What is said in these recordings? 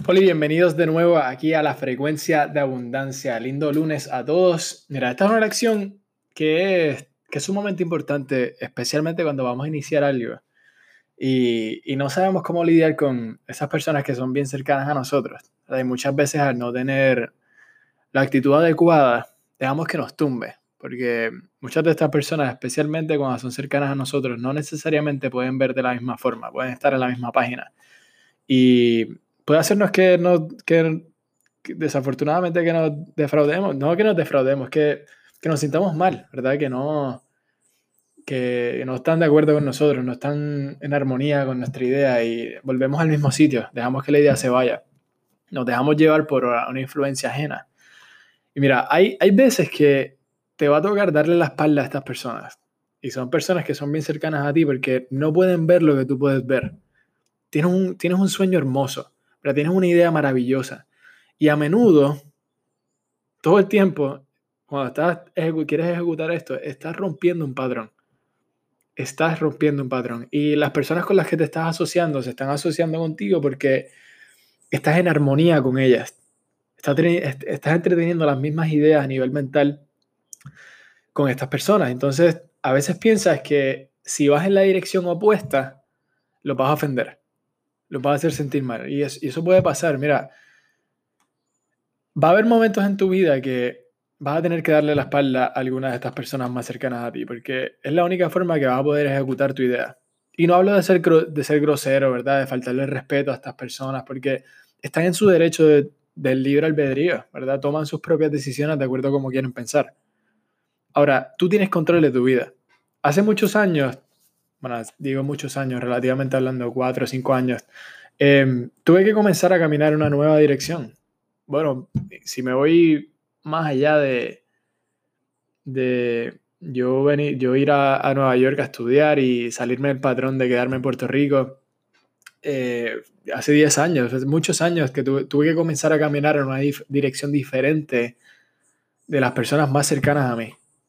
Hola y bienvenidos de nuevo aquí a la frecuencia de abundancia. Lindo lunes a todos. Mira, esta es una lección que es sumamente importante, especialmente cuando vamos a iniciar algo y no sabemos cómo lidiar con esas personas que son bien cercanas a nosotros. Y muchas veces al no tener la actitud adecuada, dejamos que nos tumbe, porque muchas de estas personas, especialmente cuando son cercanas a nosotros, no necesariamente pueden ver de la misma forma, pueden estar en la misma página. Y puede hacernos que desafortunadamente que nos defraudemos, no que nos defraudemos, que nos sintamos mal, ¿verdad? Que no están de acuerdo con nosotros, no están en armonía con nuestra idea y volvemos al mismo sitio, dejamos que la idea se vaya, nos dejamos llevar por una influencia ajena. Y mira, hay veces que te va a tocar darle la espalda a estas personas y son personas que son bien cercanas a ti porque no pueden ver lo que tú puedes ver. Tienes un sueño hermoso, pero tienes una idea maravillosa. Y a menudo, todo el tiempo, cuando quieres ejecutar esto, estás rompiendo un patrón. Estás rompiendo un patrón. Y las personas con las que te estás asociando se están asociando contigo porque estás en armonía con ellas. Estás entreteniendo las mismas ideas a nivel mental con estas personas. Entonces, a veces piensas que si vas en la dirección opuesta, los vas a ofender, los vas a hacer sentir mal. Y eso puede pasar. Mira, va a haber momentos en tu vida que vas a tener que darle la espalda a algunas de estas personas más cercanas a ti, porque es la única forma que vas a poder ejecutar tu idea. Y no hablo de ser grosero, ¿verdad? De faltarle respeto a estas personas, porque están en su derecho del libre albedrío, ¿verdad? Toman sus propias decisiones de acuerdo a cómo quieren pensar. Ahora, tú tienes control de tu vida. Hace muchos años, bueno, digo muchos años, relativamente hablando, 4 o 5 años, tuve que comenzar a caminar en una nueva dirección. Bueno, si me voy más allá de yo ir a Nueva York a estudiar y salirme del patrón de quedarme en Puerto Rico, hace 10 años, hace muchos años que tuve que comenzar a caminar en una dirección diferente de las personas más cercanas a mí.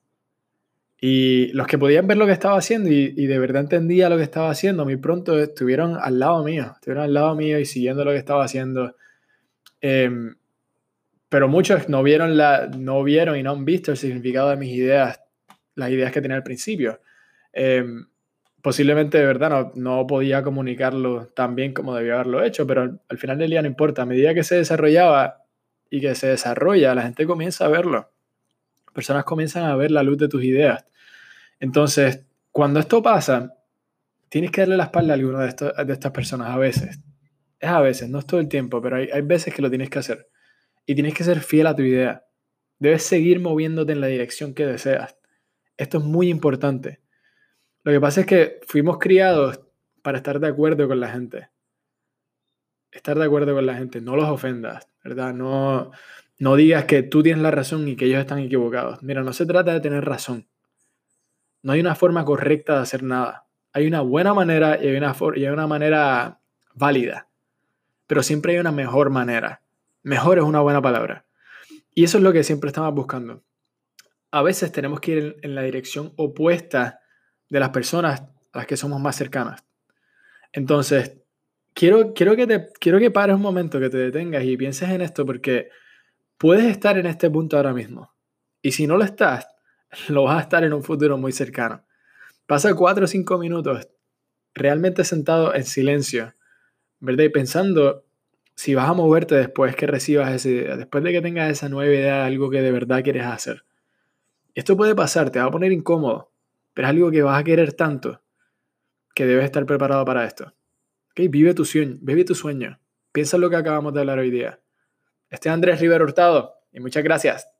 Y los que podían ver lo que estaba haciendo y de verdad entendía lo que estaba haciendo, muy pronto estuvieron al lado mío y siguiendo lo que estaba haciendo. Em, pero muchos no vieron y no han visto el significado de mis ideas, las ideas que tenía al principio. Posiblemente de verdad no podía comunicarlo tan bien como debía haberlo hecho, pero al final del día no importa. A medida que se desarrollaba y que se desarrolla, la gente comienza a verlo. Personas comienzan a ver la luz de tus ideas. Entonces, cuando esto pasa, tienes que darle la espalda a alguna de estas personas a veces. Es a veces, no es todo el tiempo, pero hay veces que lo tienes que hacer. Y tienes que ser fiel a tu idea. Debes seguir moviéndote en la dirección que deseas. Esto es muy importante. Lo que pasa es que fuimos criados para estar de acuerdo con la gente. Estar de acuerdo con la gente, no los ofendas, ¿verdad? No digas que tú tienes la razón y que ellos están equivocados. Mira, no se trata de tener razón. No hay una forma correcta de hacer nada. Hay una buena manera y hay una manera válida, pero siempre hay una mejor manera. Mejor es una buena palabra. Y eso es lo que siempre estamos buscando. A veces tenemos que ir en la dirección opuesta de las personas a las que somos más cercanas. Entonces, quiero que pares un momento, que te detengas y pienses en esto, porque puedes estar en este punto ahora mismo. Y si no lo estás, lo vas a estar en un futuro muy cercano. Pasa 4 o 5 minutos realmente sentado en silencio, ¿verdad? Y pensando si vas a moverte después que recibas esa idea, después de que tengas esa nueva idea de algo que de verdad quieres hacer. Esto puede pasar, te va a poner incómodo, pero es algo que vas a querer tanto que debes estar preparado para esto. ¿Ok? Vive tu sueño. Piensa en lo que acabamos de hablar hoy día. Este es Andrés Rivero Hurtado y muchas gracias.